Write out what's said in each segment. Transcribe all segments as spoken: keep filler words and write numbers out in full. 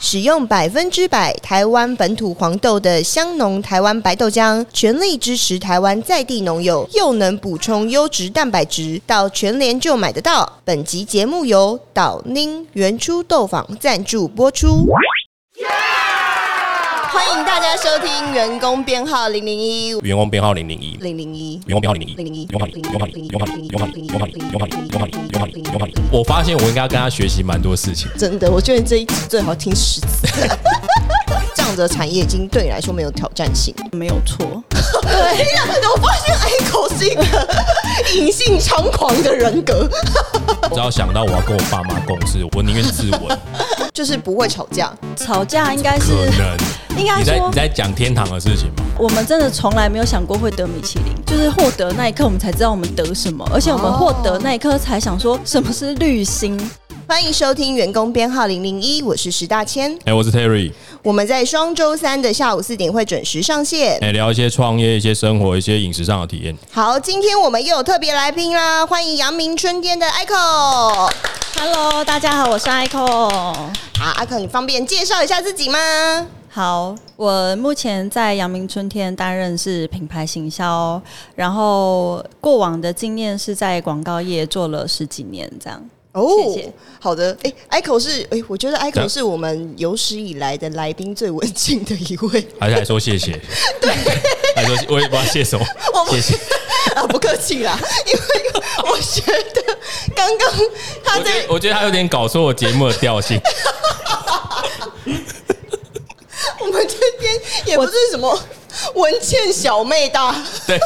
使用百分之百台湾本土黄豆的香浓台湾白豆浆，全力支持台湾在地农友，又能补充优质蛋白质，到全联就买得到。本集节目由岛ninh原初豆坊赞助播出。欢迎大家收听员工编号零零一， 员工编号零零一， 零零一， 员工编号零零一， 零零一， 员工号零，员工号零，员工号零，员工号零，员工号零，员工号零，员工号零，员工号零，员工号零。我发现我应该要跟他学习蛮多事情。 真的，我觉得这一集最好听十次。这样的产业已经对你来说没有挑战性， 没有错。 对，我发现Aiko是一个隐性猖狂的人格。 只要想到我要跟我爸妈共事，我宁愿自刎。 就是不会吵架， 吵架应该是可能。 应该说你在你在讲天堂的事情吗？ 我们真的从来没有想过会得米其林，就是获得那一刻我们才知道我们得什么，而且我们获得那一刻才想说什么是绿星。 欢迎收听员工编号零零一，我是石大千， 哎、欸，我是 Terry。 我们在双周三的下午四点会准时上线， 哎、欸，聊一些创业、一些生活、一些饮食上的体验。 好，今天我们又有特别来宾啦，欢迎阳明春天的 Aiko。Hello， 大家好，我是 Aiko。 好 ，Aiko， 你方便介绍一下自己吗？ 好，我目前在阳明春天担任是品牌行销，然后过往的经验是在广告业做了十几年这样。 哦， 谢谢。 好的，哎、欸、，Aiko 是，哎、欸，我觉得 Aiko 是我们有史以来的来宾最文静的一位， 而且还说谢谢，对，还说我也不知道谢什么，谢谢啊，不客气啦，因为我觉得刚刚他在， 我觉得，我觉得他有点搞错我节目的调性。 我们这边也不是什么文倩小妹大， 对。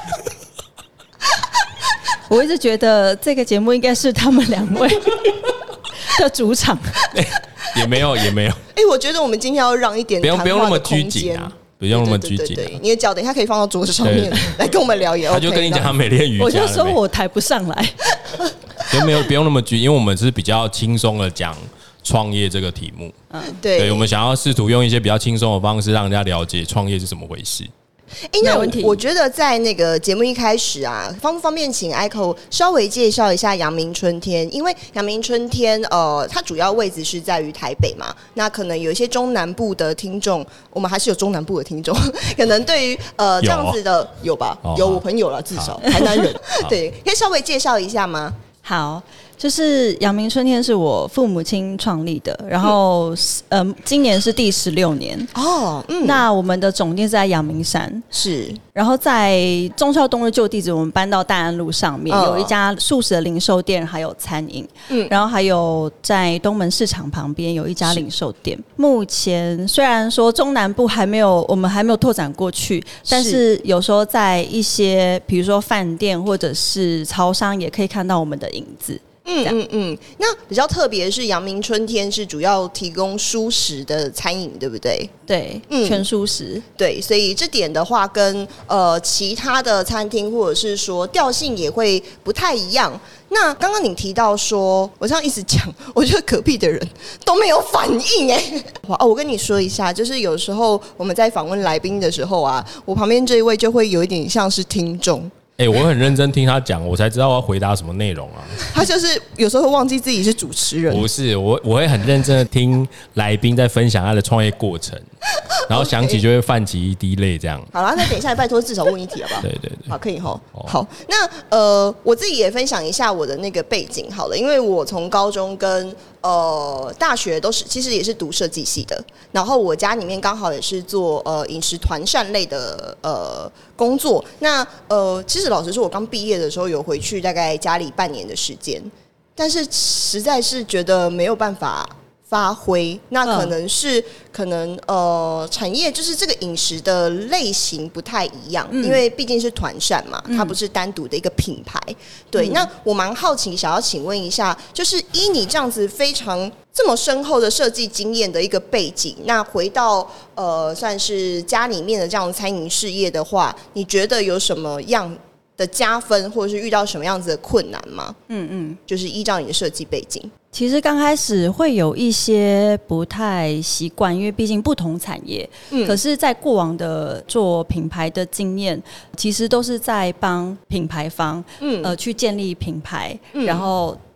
我一直觉得这个节目应该是他们两位的主场， 欸、也没有也没有。 哎、欸，我觉得我们今天要让一点谈话的空间， 不用不用那么拘谨啊，不用那么拘谨、啊。 对对对对，你的脚等一下可以放到桌子上面来跟我们聊也 OK。 他就跟你讲他没练瑜伽， 我就说我抬不上来， 就没有不用那么拘，因为我们是比较轻松的讲创业这个题目。 嗯，对， 对，我们想要试图用一些比较轻松的方式，让人家了解创业是怎么回事。 哎、欸，那 我, 我觉得在那个节目一开始啊，方不方便请 Aiko 稍微介绍一下阳明春天？因为阳明春天，呃，它主要位置是在于台北嘛，那可能有一些中南部的听众，我们还是有中南部的听众，可能对于呃这样子的有吧， 哦、 有我朋友了，至少台南人，对，可以稍微介绍一下吗？ 好，就是阳明春天是我父母亲创立的，然后、嗯呃、今年是第十六年哦。嗯， 那我们的总店是在阳明山， 是， 然后在忠孝东路旧地址，我们搬到大安路上面，哦、有一家素食的零售店，还有餐饮。嗯，然后还有在东门市场旁边有一家零售店。目前虽然说中南部还没有，我们还没有拓展过去，但是有时候在一些比如说饭店或者是超商，也可以看到我们的影子。 嗯嗯嗯，那比较特别的是，阳明春天是主要提供蔬食的餐饮，对不对？ 对， 嗯， 全蔬食。 对，所以这点的话跟，呃其他的餐厅或者是说调性也会不太一样。那刚刚你提到说，我这样一直讲，我觉得隔壁的人都没有反应哎、欸。哦，我跟你说一下，就是有时候我们在访问来宾的时候啊，我旁边这一位就会有一点像是听众。 哎、欸，我很认真听他讲，我才知道我要回答什么内容啊。 他就是有时候会忘记自己是主持人。 不是，我我会很认真的听来宾在分享他的创业过程，然后想起就会泛起一滴泪，这样。 好啦，那等一下拜托至少问一题好不好？ 对对对， 好，可以吼。哦、好，那呃，我自己也分享一下我的那个背景好了，因为我从高中跟呃大学都是其实也是读设计系的，然后我家里面刚好也是做呃饮食团膳类的呃工作。那呃，其实老实说，我刚毕业的时候有回去大概家里半年的时间，但是实在是觉得没有办法发挥，那可能是、嗯、可能呃产业就是这个饮食的类型不太一样，嗯、因为毕竟是团膳嘛，它不是单独的一个品牌。嗯、对，那我蛮好奇，想要请问一下，就是依你这样子非常这么深厚的设计经验的一个背景，那回到呃算是家里面的这样的餐饮事业的话，你觉得有什么样的加分，或者是遇到什么样子的困难吗？嗯嗯，就是依照你的设计背景。 其实刚开始会有一些不太习惯，因为毕竟不同产业。嗯，可是，在过往的做品牌的经验，其实都是在帮品牌方，嗯，呃，去建立品牌，嗯、然后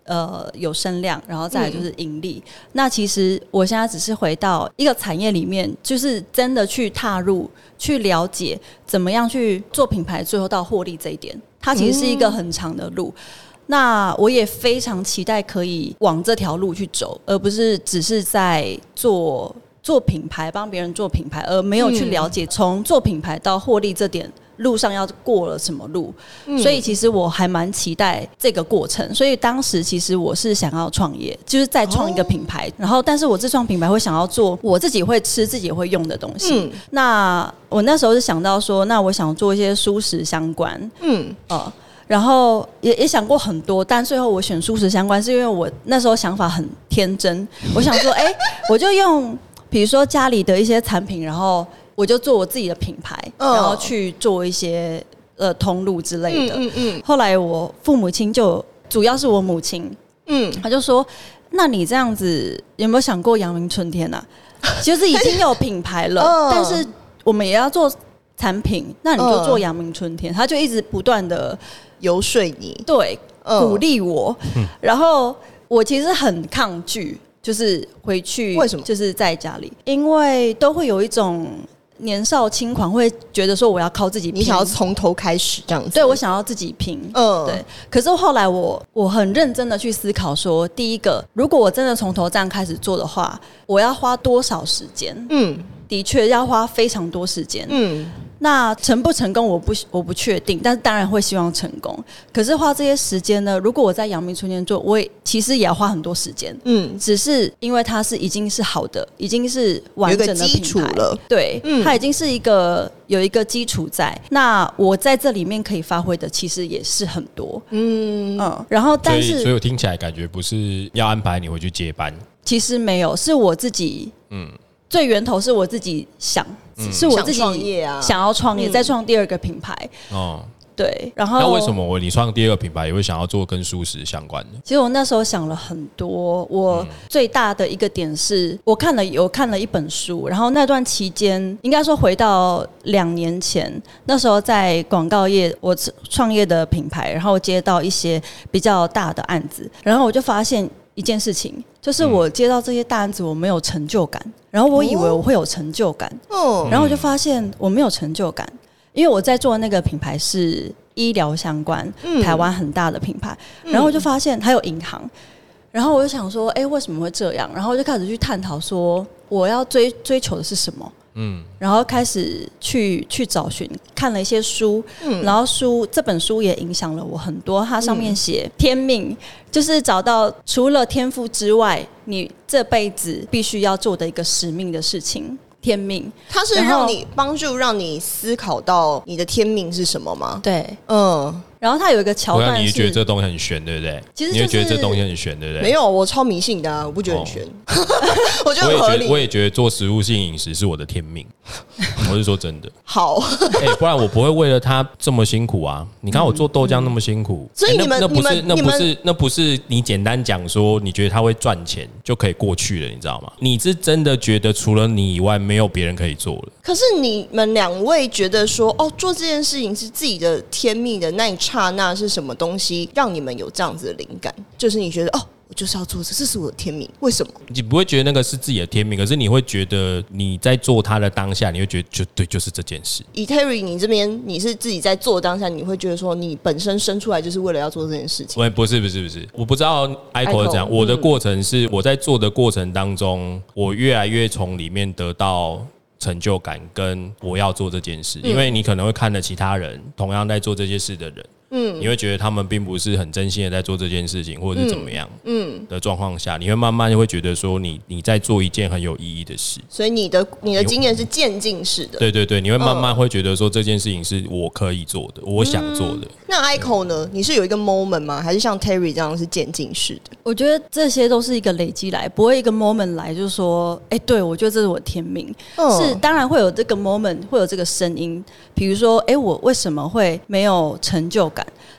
呃有声量，然后再来就是盈利、嗯、那其实我现在只是回到一个产业里面，就是真的去踏入去了解怎么样去做品牌最后到获利这一点，它其实是一个很长的路、嗯，那我也非常期待可以往这条路去走，而不是只是在做做品牌，帮别人做品牌，而没有去了解从做品牌到获利这点路上要过了什么路、嗯、所以其实我还蛮期待这个过程。所以当时其实我是想要创业，就是再创一个品牌、哦、然后但是我自创品牌会想要做我自己会吃自己会用的东西、嗯、那我那时候是想到说，那我想做一些蔬食相关，嗯呃然后 也, 也想过很多，但最后我选蔬食相关是因为我那时候想法很天真，我想说哎、欸，我就用比如说家里的一些产品，然后我就做我自己的品牌、哦、然后去做一些呃通路之类的、嗯嗯嗯、后来我父母亲就主要是我母亲，嗯，他就说那你这样子有没有想过阳明春天啊？其实已经有品牌了、哦、但是我们也要做产品，那你就做阳明春天、哦、他就一直不断的游说你， 对、嗯、鼓励我、嗯、然后我其实很抗拒就是回去， 为什么？ 就是在家里，因为都会有一种年少轻狂，会觉得说我要靠自己拼， 你想要从头开始这样子。 对，我想要自己拼，嗯，对。可是后来我我很认真的去思考说，第一个，如果我真的从头这样开始做的话，我要花多少时间？嗯，的确要花非常多时间。嗯。那成不成功我不我不确定，但是当然会希望成功。可是花这些时间呢，如果我在阳明春天做，我也其实也要花很多时间。嗯，只是因为它是已经是好的，已经是完整的品牌了，对、嗯，它已经是一个有一个基础在。那我在这里面可以发挥的其实也是很多。嗯嗯，然后但是所以，所以我听起来感觉不是要安排你回去接班， 其实没有，是我自己。嗯。最源头是我自己想、嗯、是我自己想要创业、嗯、再创第二个品牌哦，对。然后那为什么我你创第二个品牌也会想要做跟蔬食相关的？ 其实我那时候想了很多，我最大的一个点是我看了有看了一本书，然后那段期间应该说回到两年前，那时候在广告业我创业的品牌，然后接到一些比较大的案子，然后我就发现一件事情，就是我接到这些大案子我没有成就感，然后我以为我会有成就感、哦、然后我就发现我没有成就感，因为我在做的那个品牌是医疗相关、嗯、台湾很大的品牌，然后我就发现还有银行，然后我就想说哎，为什么会这样，然后我就开始去探讨说我要追追求的是什么，嗯，然后开始去去找寻，看了一些书，嗯，然后书这本书也影响了我很多。它上面写天命，就是找到除了天赋之外，你这辈子必须要做的一个使命的事情。天命， 它是让你帮助，让你思考到你的天命是什么吗？ 对，嗯。然后它有一个桥段是， 你觉得这东西很玄，对不对？ 其实、 就是、你会觉得这东西很玄，对不对？ 没有，我超迷信的、啊，我不觉得很玄，哦、我觉得很合理。 我也觉得做食物性饮食是我的天命，我是说真的。 好， 哎、欸，不然我不会为了它这么辛苦啊！你看我做豆浆那么辛苦， 所以你们、 欸、那, 那不是那不是是那不是你简单讲说你觉得它会赚钱就可以过去了，你知道吗？你是真的觉得除了你以外没有别人可以做了。 可是你们两位觉得说，哦，做这件事情是自己的天命的那一刹那是什么东西让你们有这样子的灵感？就是你觉得哦，我就是要做这，这是我的天命。为什么？ 你不会觉得那个是自己的天命，可是你会觉得你在做它的当下，你会觉得就对，就是这件事。 以 Terry 你这边，你是自己在做当下，你会觉得说你本身生出来就是为了要做这件事情？ 不是不是不是，我不知道 Aiko 是这样。我的过程是我在做的过程当中，我越来越从里面得到成就感，跟我要做这件事。因为你可能会看了其他人同样在做这些事的人。嗯，你会觉得他们并不是很真心的在做这件事情，或者是怎么样嗯的状况下，你会慢慢就会觉得说你你在做一件很有意义的事。 所以你的你的经验是渐进式的。 对对对，你会慢慢会觉得说这件事情是我可以做的，我想做的。嗯、 那 Aiko 呢？你是有一个 moment 吗？还是像 Terry 这样是渐进式的？ 我觉得这些都是一个累积来，不会一个 moment 来就是说，哎、欸，对我觉得这是我天命。嗯、是当然会有这个 moment， 会有这个声音，比如说，哎、欸，我为什么会没有成就感？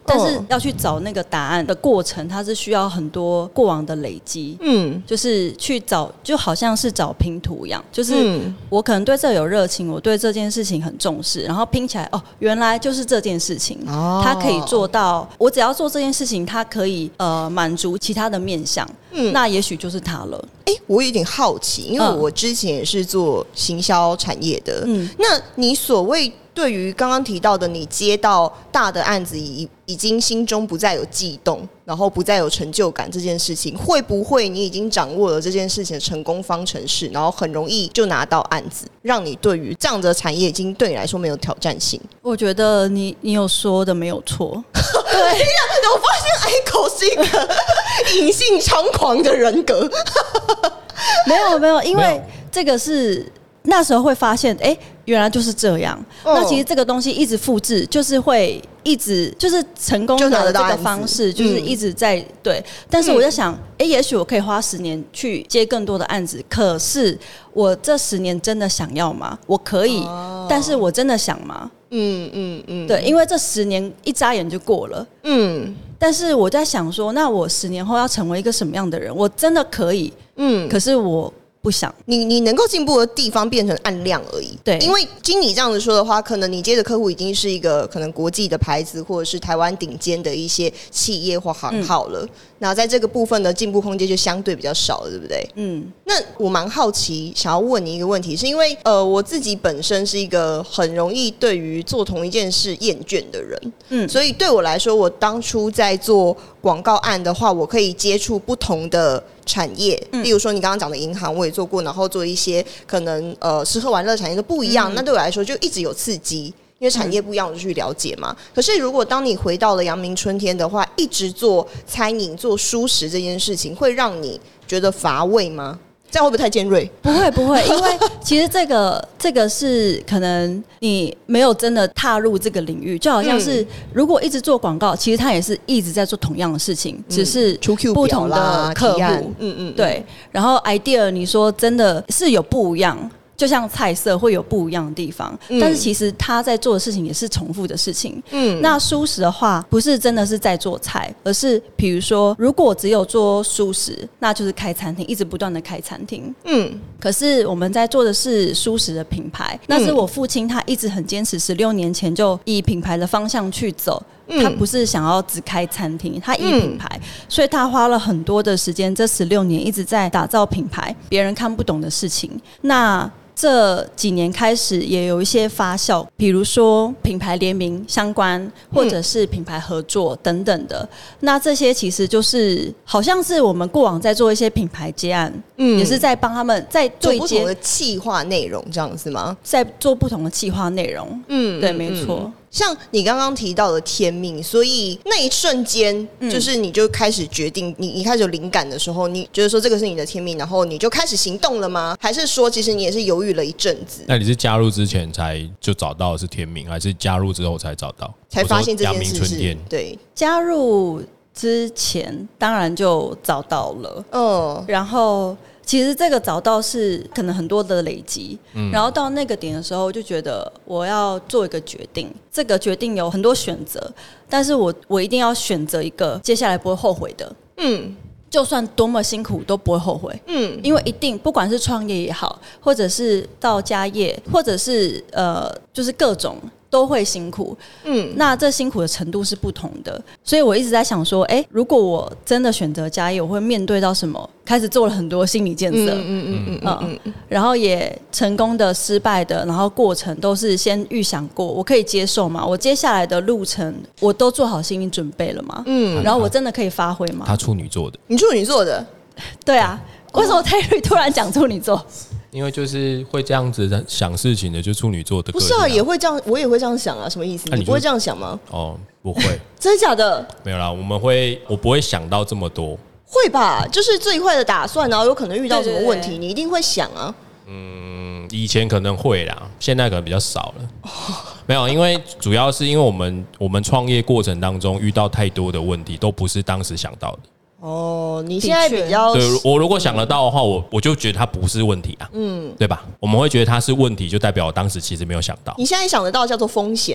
但是要去找那个答案的过程，它是需要很多过往的累积。嗯，就是去找，就好像是找拼图一样，就是我可能对这有热情，我对这件事情很重视，然后拼起来，哦，原来就是这件事情，哦、它可以做到，我只要做这件事情，它可以呃满足其他的面向，嗯，那也许就是它了。 哎、欸，我有点好奇，因为我之前也是做行销产业的，嗯，那你所谓对于刚刚提到的，你接到大的案子已已经心中不再有悸动，然后不再有成就感这件事情，会不会你已经掌握了这件事情的成功方程式，然后很容易就拿到案子，让你对于这样的产业已经对你来说没有挑战性？ 我觉得你你有说的没有错。 对，我发现 Aiko 是一个隐性猖狂的人格。 没有没有，因为这个是那时候会发现，哎、欸，原来就是这样。哦、那其实这个东西一直复制，就是会一直就是成功的这个方式，就, 就是一直在、嗯、对。但是我在想，哎、欸，也许我可以花十年去接更多的案子，可是我这十年真的想要吗？我可以，哦、但是我真的想吗？嗯嗯嗯，对，因为这十年一眨眼就过了。嗯，但是我在想说，那我十年后要成为一个什么样的人？我真的可以，嗯，可是我不想。 你你能够进步的地方变成按量而已。 对， 因为经你这样子说的话，可能你接的客户已经是一个可能国际的牌子，或者是台湾顶尖的一些企业或行号了。嗯，那在这个部分的进步空间就相对比较少了，对不对？嗯，那我蛮好奇，想要问你一个问题，是因为呃，我自己本身是一个很容易对于做同一件事厌倦的人，嗯，所以对我来说，我当初在做广告案的话，我可以接触不同的产业，例如说你刚刚讲的银行，我也做过，然后做一些可能呃吃喝玩乐产业都不一样，嗯，那对我来说就一直有刺激。因为产业不一样，我就去了解嘛。可是如果当你回到了阳明春天的话，一直做餐饮、做蔬食这件事情，会让你觉得乏味吗？这样会不会太尖锐？ 不会不会，因为其实这个这个是可能你没有真的踏入这个领域，就好像是如果一直做广告，其实他也是一直在做同样的事情，只是不同的客户。嗯嗯，对。然后 idea 你说真的是有不一样。就像菜色会有不一样的地方，嗯，但是其实他在做的事情也是重复的事情。嗯，那蔬食的话，不是真的是在做菜，而是比如说，如果只有做蔬食，那就是开餐厅，一直不断的开餐厅。嗯，可是我们在做的是蔬食的品牌，那是我父亲他一直很坚持，十六年前就以品牌的方向去走。他不是想要只开餐厅，他以品牌，嗯，所以他花了很多的时间，这十六年一直在打造品牌，别人看不懂的事情。那这几年开始也有一些发酵，比如说品牌联名相关，或者是品牌合作等等的。那这些其实就是好像是我们过往在做一些品牌接案，嗯，也是在帮他们在对接做不同的企划内容，这样子吗？ 在做不同的企划内容，嗯，对，没错。嗯， 像你刚刚提到的天命，所以那一瞬间，就是你就开始决定，你你开始有灵感的时候，你觉得说这个是你的天命，然后你就开始行动了吗？还是说其实你也是犹豫了一阵子？ 那你是加入之前才就找到的是天命，还是加入之后才找到？ 才发现这件事是？ 对， 加入之前当然就找到了，嗯，然后。其实这个找到是可能很多的累积，嗯，然后到那个点的时候，就觉得我要做一个决定。这个决定有很多选择，但是我我一定要选择一个接下来不会后悔的，嗯，就算多么辛苦都不会后悔，嗯，因为一定不管是创业也好，或者是到家业，或者是呃，就是各种。都会辛苦，嗯，那这辛苦的程度是不同的，所以我一直在想说，哎，如果我真的选择家业，我会面对到什么？开始做了很多心理建设，嗯嗯嗯嗯嗯，然后也成功的、失败的，然后过程都是先预想过，我可以接受吗？我接下来的路程我都做好心理准备了吗？嗯，然后我真的可以发挥吗？ 他处女座的， 你处女座的， 对啊，为什么 Terry 突然讲处女座？ 因为就是会这样子想事情的，就处女座的个性、啊。 不是啊，也会这样，我也会这样想啊，什么意思？你, 你不会这样想吗？ 哦，不会， 真的假的？ 没有啦，我们会，我不会想到这么多。 会吧，就是最坏的打算，然后有可能遇到什么问题，对对对，你一定会想啊。 嗯，以前可能会啦，现在可能比较少了。哦、没有，因为主要是因为我们我们创业过程当中遇到太多的问题，都不是当时想到的。 哦，你现在比较对我如果想得到的话，我我就觉得它不是问题啊，嗯，对吧？我们会觉得它是问题，就代表我当时其实没有想到。 你现在想得到叫做风险，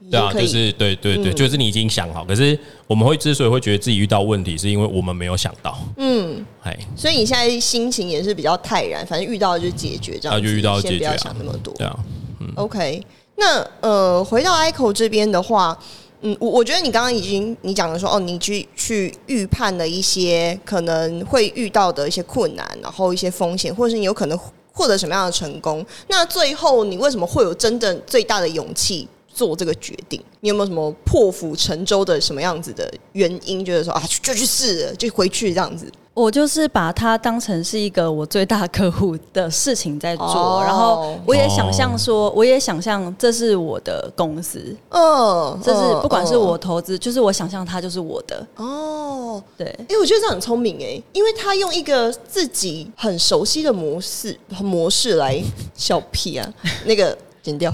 对啊，就是对对对、嗯，就是你已经想好，可是我们会之所以会觉得自己遇到问题，是因为我们没有想到。嗯， 所以你现在心情也是比较泰然，反正遇到就解决这样子， 就遇到解决、啊， 先不要想那么多。 对啊， 嗯 ，OK， 那呃，回到 Aiko 这边的话。嗯，我我觉得你刚刚已经你讲的说哦，你去去预判了一些可能会遇到的一些困难，然后一些风险，或者是你有可能获得什么样的成功。那最后你为什么会有真的最大的勇气做这个决定？你有没有什么破釜沉舟的什么样子的原因？觉得说啊，就去试了，就回去这样子。 我就是把它当成是一个我最大客户的事情在做，哦、然后我也想象说，我也想象这是我的公司，嗯，这是不管是我投资，就是我想象它就是我的。哦，对， 哎、欸，我觉得这很聪明哎、欸，因为他用一个自己很熟悉的模式模式来笑屁啊，那个剪掉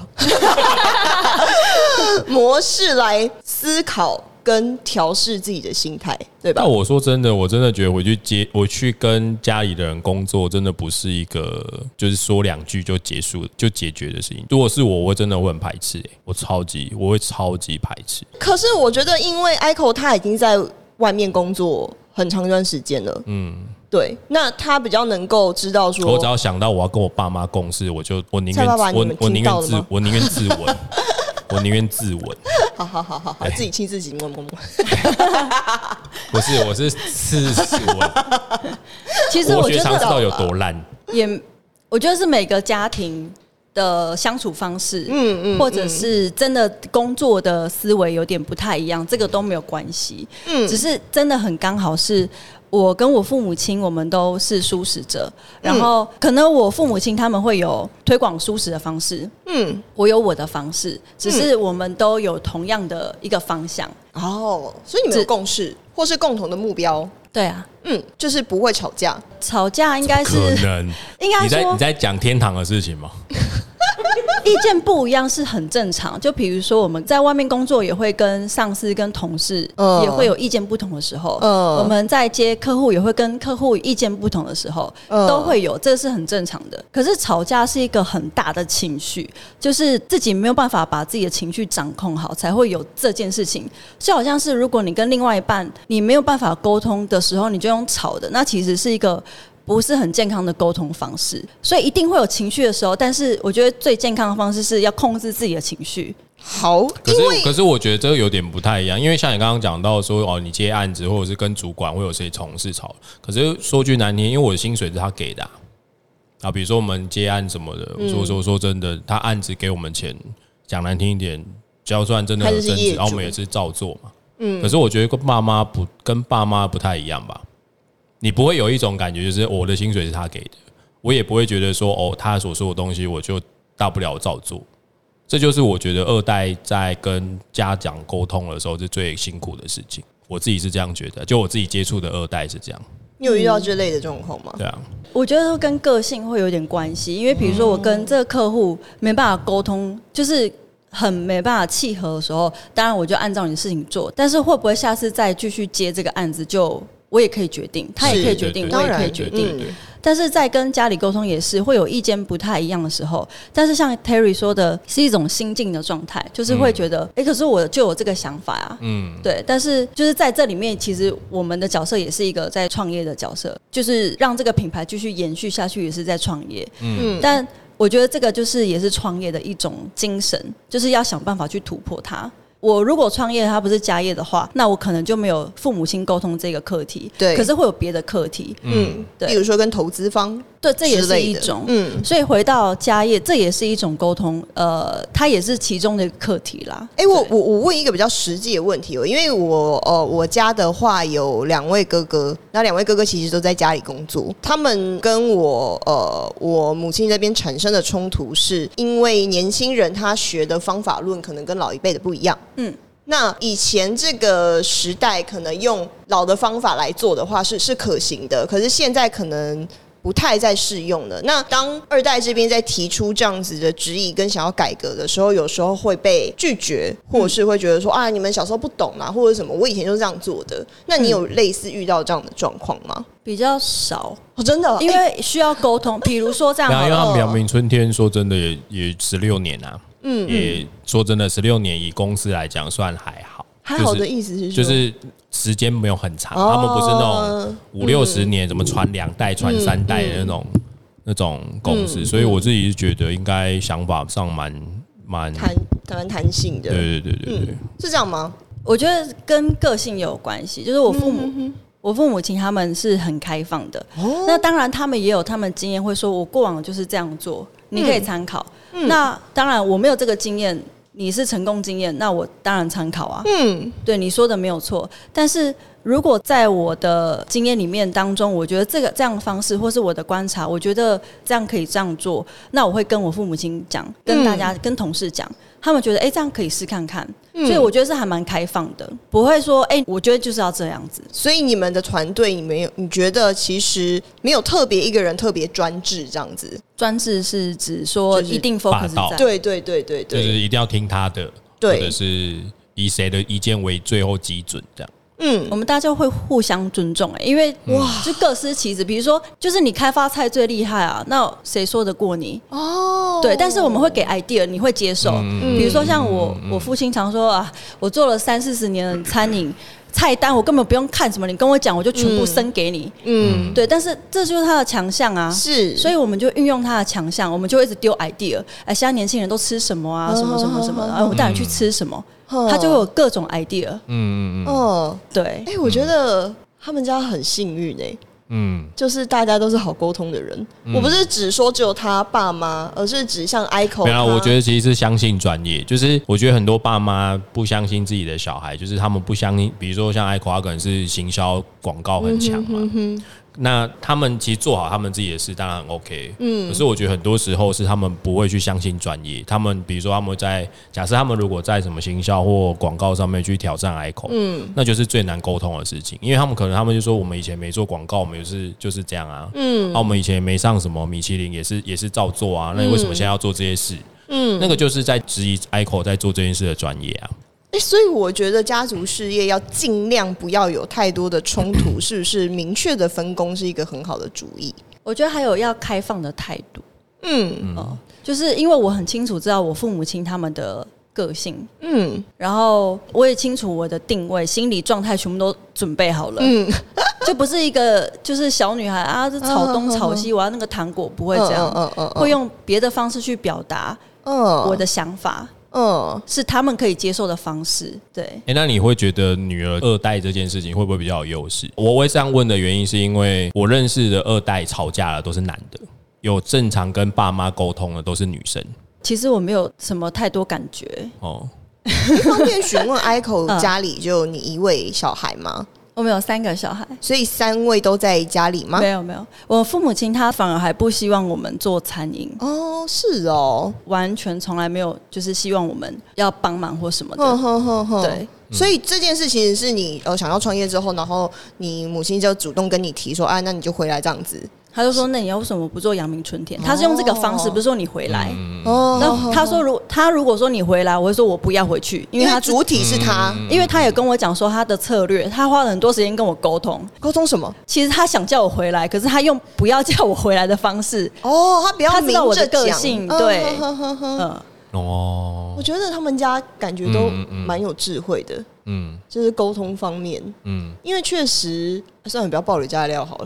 模式来思考。跟调试自己的心态，对吧？ 但我说真的，我真的觉得我去接我去跟家里的人工作，真的不是一个就是说两句就结束就解决的事情。如果是我，我会真的会很排斥、欸，我超级我会超级排斥。 可是我觉得，因为 Aiko 他已经在外面工作很长一段时间了，嗯，对，那他比较能够知道说， 我只要想到我要跟我爸妈共事，我就我宁愿我我宁愿自我宁愿自刎。我宁愿自刎。 好好好好好，自己亲自己摸摸摸。 不是，我是自自刎。 其实我觉得常知道有多烂， 也我觉得是每个家庭的相处方式，嗯嗯，或者是真的工作的思维有点不太一样，这个都没有关系。嗯，只是真的很刚好是。我跟我父母亲，我们都是素食者，然后可能我父母亲他们会有推广素食的方式，嗯，我有我的方式，只是我们都有同样的一个方向哦，所以你们有共识或是共同的目标， 对啊， 嗯，就是不会吵架， 吵架应该是可能， 应该说你在你在讲天堂的事情吗？ 意见不一样是很正常，就比如说我们在外面工作也会跟上司跟同事也会有意见不同的时候，嗯、我们在接客户也会跟客户意见不同的时候，嗯、都会有，这是很正常的。可是吵架是一个很大的情绪，就是自己没有办法把自己的情绪掌控好，才会有这件事情。就好像是如果你跟另外一半你没有办法沟通的时候，你就用吵的，那其实是一个不是很健康的沟通方式，所以一定会有情绪的时候，但是我觉得最健康的方式是要控制自己的情绪。 好， 可是可是我觉得这个有点不太一样，因为像你刚刚讲到说哦，你接案子或者是跟主管会有些同事吵，可是说句难听，因为我的薪水是他给的啊，啊比如说我们接案什么的，嗯、说说说真的，他案子给我们钱，讲难听一点，就算真的有争执，然后我们也是照做嘛。嗯，可是我觉得跟爸妈不跟爸妈不太一样吧。你不会有一种感觉，就是我的薪水是他给的，我也不会觉得说哦，他所说的东西我就大不了照做。这就是我觉得二代在跟家长沟通的时候是最辛苦的事情。我自己是这样觉得，就我自己接触的二代是这样。 你有遇到这类的状况吗？ 对啊， 我觉得跟个性会有点关系，因为比如说我跟这个客户没办法沟通，就是很没办法契合的时候，当然我就按照你的事情做，但是会不会下次再继续接这个案子就？我也可以决定，他也可以决定，我也可以决定。但是在跟家里沟通也是会有意见不太一样的时候，但是像 Terry 说的是一种心境的状态，就是会觉得，哎、嗯欸，可是我就有这个想法啊，嗯，对。但是就是在这里面，其实我们的角色也是一个在创业的角色，就是让这个品牌继续延续下去，也是在创业，嗯。但我觉得这个就是也是创业的一种精神，就是要想办法去突破它。我如果创业它不是家业的话，那我可能就没有父母亲沟通这个课题，对，可是会有别的课题， 嗯，对，比如说跟投资方， 对，这也是一种，嗯，所以回到家业，这也是一种沟通，呃，它也是其中的一个课题啦。 哎、欸，我我我问一个比较实际的问题哦，因为我呃我家的话有两位哥哥，那两位哥哥其实都在家里工作，他们跟我呃我母亲这边产生的冲突，是因为年轻人他学的方法论可能跟老一辈的不一样。嗯，那以前这个时代可能用老的方法来做的话是是可行的，可是现在可能不太再适用了。那当二代这边在提出这样子的质疑跟想要改革的时候，有时候会被拒绝，或者是会觉得说、嗯、啊，你们小时候不懂啊，或者什么，我以前就是这样做的。那你有类似遇到这样的状况吗？ 比较少、 哦、真的， 因为需要沟通。比如说这样好了， 因为他们阳明春天说真的也也十六年啊。 嗯，也说真的，十六年以公司来讲算还好。 还好的意思是说， 就是时间没有很长，哦、他们不是那种五六十年怎么传两代、传三代的那种、嗯、那种公司，嗯、所以我自己是觉得应该想法上蛮蛮弹蛮弹性的。 对对对对对、嗯， 是这样吗？ 我觉得跟个性有关系，就是我父母。嗯嗯我父母亲他们是很开放的，哦、那当然他们也有他们经验，会说我过往就是这样做，你可以参考。嗯、那当然我没有这个经验，你是成功经验，那我当然参考啊。嗯，对你说的没有错，但是如果在我的经验里面当中，我觉得这个这样的方式，或是我的观察，我觉得这样可以这样做，那我会跟我父母亲讲，跟大家、嗯、跟同事讲。他们觉得哎、欸，这样可以试看看、嗯，所以我觉得是还蛮开放的，不会说哎、欸，我觉得就是要这样子。 所以你们的团队，你们有你觉得其实没有特别一个人特别专制这样子？ 专制是指说一定 focus 在， 对对对对对， 就是一定要听他的，或者是以谁的意见为最后基准这样。 嗯，我们大家会互相尊重、欸，因为哇，就各司其职。比如说，就是你开发菜最厉害啊，那谁说得过你？哦，对，但是我们会给 idea， 你会接受。嗯、比如说像我，我父亲常说啊，我做了三四十年的餐饮。菜单我根本不用看什么，你跟我讲，我就全部生给你。嗯，对，但是这就是他的强项啊，是，所以我们就运用他的强项，我们就一直丢 idea。哎，现在年轻人都吃什么啊？什么什么什么的，然后我带你去吃什么，他就会有各种 idea。嗯嗯嗯，哦，对， 哎，我觉得他们家很幸运哎。嗯，就是大家都是好沟通的人、嗯。我不是只说只有他爸妈，而是指像 Aiko。没有， 我觉得其实是相信专业。就是我觉得很多爸妈不相信自己的小孩，就是他们不相信。比如说像 Aiko，他可能是行销广告很强嘛。嗯哼哼，那他们其实做好他们自己的事，当然很 OK。嗯，可是我觉得很多时候是他们不会去相信专业。他们比如说他们在假设他们如果在什么行销或广告上面去挑战 Aiko， 嗯，那就是最难沟通的事情，因为他们可能他们就说我们以前没做广告，我们也是就是这样啊。嗯，啊，我们以前也没上什么米其林，也是也是照做啊。那你为什么现在要做这些事？嗯，那个就是在质疑 Aiko 在做这件事的专业啊。 欸、所以我觉得家族事业要尽量不要有太多的冲突，是不是明确的分工是一个很好的主意？ 我觉得还有要开放的态度。嗯，哦，就是因为我很清楚知道我父母亲他们的个性，嗯，然后我也清楚我的定位，心理状态全部都准备好了，嗯，就不是一个就是小女孩啊，这吵东吵西，我要那个糖果，不会这样，嗯嗯嗯，会用别的方式去表达我的想法。嗯，是他们可以接受的方式，对。 哎、欸，那你会觉得女儿二代这件事情会不会比较有优势？我会这样问的原因是因为我认识的二代吵架了都是男的，有正常跟爸妈沟通的都是女生。 其实我没有什么太多感觉哦。 一方面询问 Aiko 家里就你一位小孩吗？ 我们有三个小孩， 所以三位都在家里吗？ 没有没有，我父母亲他反而还不希望我们做餐饮哦，是哦， 完全从来没有就是希望我们要帮忙或什么的，呵呵呵呵对。 所以这件事其实是你呃想要创业之后，然后你母亲就主动跟你提说，啊，那你就回来这样子。 他就说：“那你要为什么不做阳明春天？”他是用这个方式，不是说你回来。哦，然后他说：“如他如果说你回来，我会说我不要回去，因为他主体是他， 因为他也跟我讲说他的策略，他花了很多时间跟我沟通。 沟通什么？ 其实他想叫我回来，可是他用不要叫我回来的方式。 哦，他不要明着讲，他知道我的个性，对，嗯。” 哦，我觉得他们家感觉都蛮有智慧的，嗯，就是沟通方面，嗯，因为确实，算了，不要爆雷家的料好了。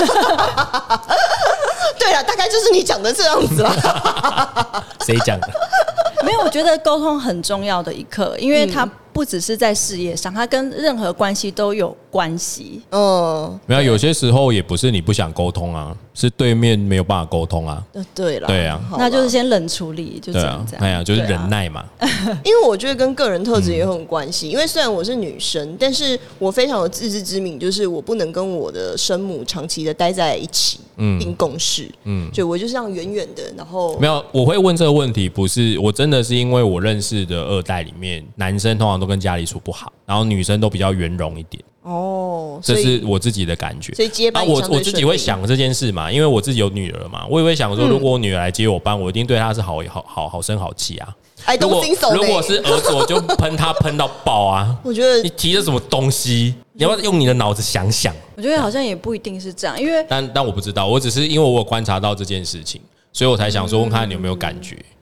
对了，大概就是你讲的这样子啦。 谁讲的？ 没有，我觉得沟通很重要的一课，因为他不只是在事业上，他跟任何关系都有关系。嗯， 没有，有些时候也不是你不想沟通啊，是对面没有办法沟通啊。 对了， 对啊， 那就是先冷处理，就这样这样。 哎呀，就是忍耐嘛。 因为我觉得跟个人特质也很关系。因为虽然我是女生，但是我非常有自知之明，就是我不能跟我的生母长期的待在一起，嗯，并共事。嗯，就我就是这样远远的，然后没有。我会问这个问题，不是我真的是因为我认识的二代里面，男生通常都跟家里处不好，然后女生都比较圆融一点。哦，这是我自己的感觉。 所以接班、啊、 我我自己会想这件事嘛，因为我自己有女儿嘛，我也会想说，如果我女儿来接我班，我一定对她是好好好好声好气啊。如果如果是儿子，我就喷他喷到爆啊！ 我觉得你提了什么东西，你要不要用你的脑子想想？ 我觉得好像也不一定是这样，因为但但我不知道，我只是因为我有观察到这件事情，所以我才想说问看你有没有感觉。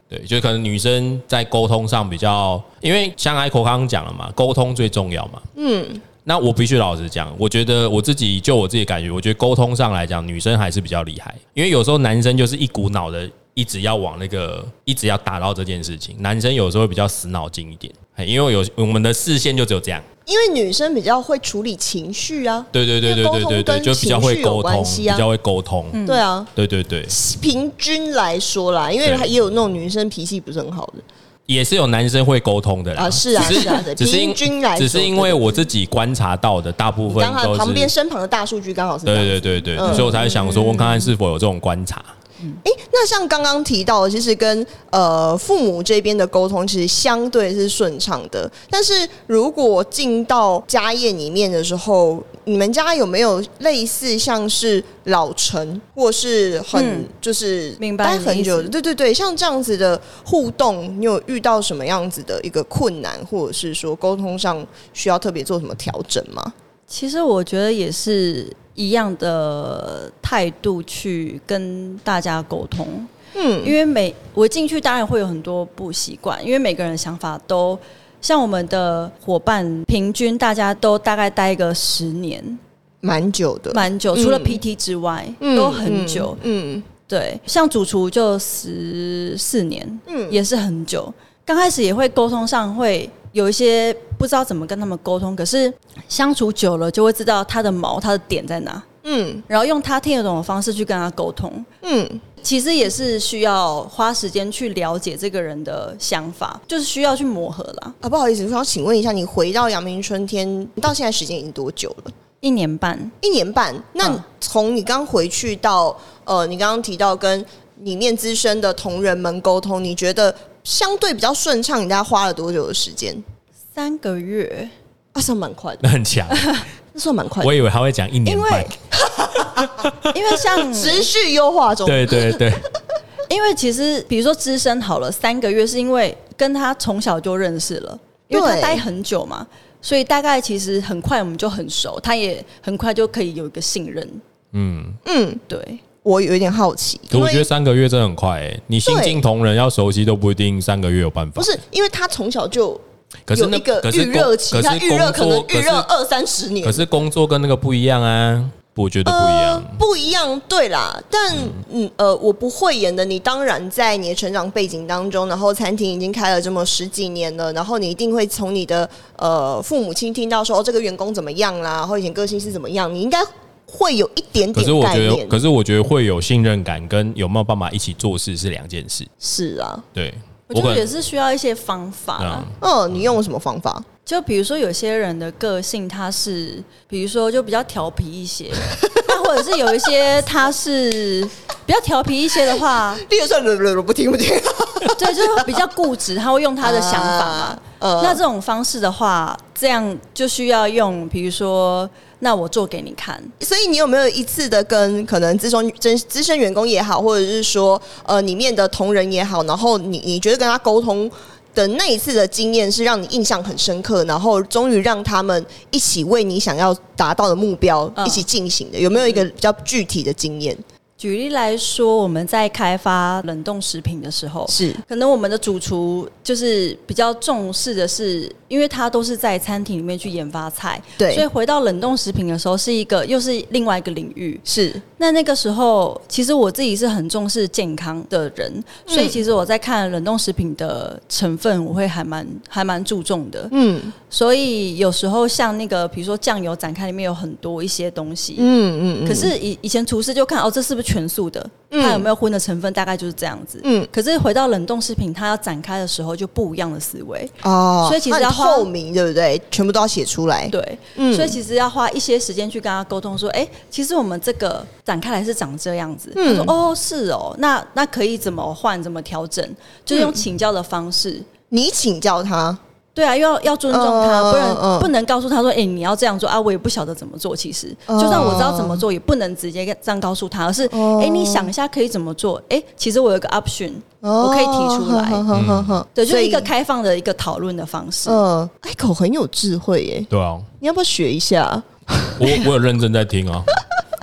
对，就可能女生在沟通上比较，因为像Aiko刚刚讲了嘛，沟通最重要嘛。嗯。那我必须老实讲，我觉得我自己就我自己的感觉，我觉得沟通上来讲，女生还是比较厉害，因为有时候男生就是一股脑的一直要往那个一直要达到这件事情，男生有时候会比较死脑筋一点，因为有我们的视线就只有这样。因为女生比较会处理情绪啊， 对对对对对对对，就比较会沟通，比较会沟通， 嗯、对啊， 对对对。 平均来说啦，因为也有那种女生脾气不是很好的。 也是有男生会沟通的啦， 啊是啊是啊， 只是平均来说， 只是因为我自己观察到的大部分都是， 刚好旁边身旁的大数据刚好是这样子， 对对对对，嗯、所以我才想说，问看看是否有这种观察。 哎、欸，那像刚刚提到的，其实跟呃父母这边的沟通其实相对是顺畅的，但是如果进到家业里面的时候，你们家有没有类似像是老成或是很、嗯、就是待很久的？对对对，像这样子的互动，你有遇到什么样子的一个困难，或者是说沟通上需要特别做什么调整吗？ 其实我觉得也是一样的态度去跟大家沟通，嗯，因为每我进去当然会有很多不习惯，因为每个人的想法都像我们的伙伴，平均大家都大概待个十年， 蛮久的， 蛮久，除了 P T 之外、嗯、都很久，嗯，嗯对，像主厨就十四年，嗯，也是很久。刚开始也会沟通上会有一些不知道怎么跟他们沟通，可是相处久了就会知道他的毛他的点在哪，嗯，然后用他听得懂的方式去跟他沟通，嗯，其实也是需要花时间去了解这个人的想法，就是需要去磨合啦。 啊，不好意思，我想请问一下，你回到阳明春天到现在时间已经多久了？ 一年半。 一年半。那从你刚回去到呃，你刚刚提到跟里面资深的同仁们沟通，你觉得相对比较顺畅，你大概花了多久的时间？ 三个月啊，算蛮快的， 那很强， 那算蛮快的。 我以为他会讲一年半， 因为像持续优化中， 对对对。 因为其实比如说资深好了，三个月是因为跟他从小就认识了，因为他待很久嘛，所以大概其实很快我们就很熟，他也很快就可以有一个信任。嗯嗯，对。 我有一点好奇， 可我觉得三个月真的很快哎、欸，你新进同仁要熟悉都不一定三个月有办法。 不是，因为他从小就有一个预热期，他预热可能预热二三十年。 可是工作跟那个不一样啊，我觉得不一样，呃、 不一样，对啦。但嗯嗯呃，我不讳言的，你当然在你的成长背景当中，然后餐厅已经开了这么十几年了，然后你一定会从你的呃父母亲听到说、哦、这个员工怎么样啦，然后以前个性是怎么样，你应该会有一点点概念。可是我觉得， 可是我觉得会有信任感跟有没有办法一起做事是两件事。 是啊， 对， 我觉得也是需要一些方法啦。 嗯，你用了什么方法？ 就比如说有些人的个性他是，比如说就比较调皮一些，那或者是有一些他是比较调皮一些的话， 例如说不听不听， 对，就是比较固执，他会用他的想法嘛。呃、那这种方式的话，这样就需要用，比如说。那我做给你看。 所以你有没有一次的跟可能资深资深员工也好，或者是说呃里面的同仁也好，然后你你觉得跟他沟通的那一次的经验是让你印象很深刻，然后终于让他们一起为你想要达到的目标一起进行的，有没有一个比较具体的经验？ 举例来说，我们在开发冷冻食品的时候， 是可能我们的主厨就是比较重视的是，因为他都是在餐厅里面去研发菜， 对， 所以回到冷冻食品的时候是一个又是另外一个领域。 是那那个时候，其实我自己是很重视健康的人，所以其实我在看冷冻食品的成分，我会还蛮还蛮注重的。嗯，所以有时候像那个比如说酱油展开里面有很多一些东西，嗯嗯嗯，可是以以前厨师就看哦，这是不是全素的？它有没有荤的成分？大概就是这样子。嗯，可是回到冷冻食品，它要展开的时候就不一样的思维哦。所以其实要透明，对不对？全部都要写出来。 对，嗯，所以其实要花一些时间去跟他沟通，说，哎、欸，其实我们这个展开来是长这样子。嗯，他说，哦，是哦，那那可以怎么换？怎么调整？就是用请教的方式。嗯、 你请教他。 对啊，要要尊重他，不然、uh, uh, 不能告诉他说：“哎、欸，你要这样做啊！”我也不晓得怎么做。其实， uh, 就算我知道怎么做，也不能直接这样告诉他，而是：“哎、uh, 欸，你想一下可以怎么做？”哎、欸，其实我有个 option，、uh, 我可以提出来。Uh, uh, uh, uh, 对，就是一个开放的一个讨论的方式。 嗯，艾口很有智慧耶。 对啊， 你要不要学一下？ 我我有认真在听啊。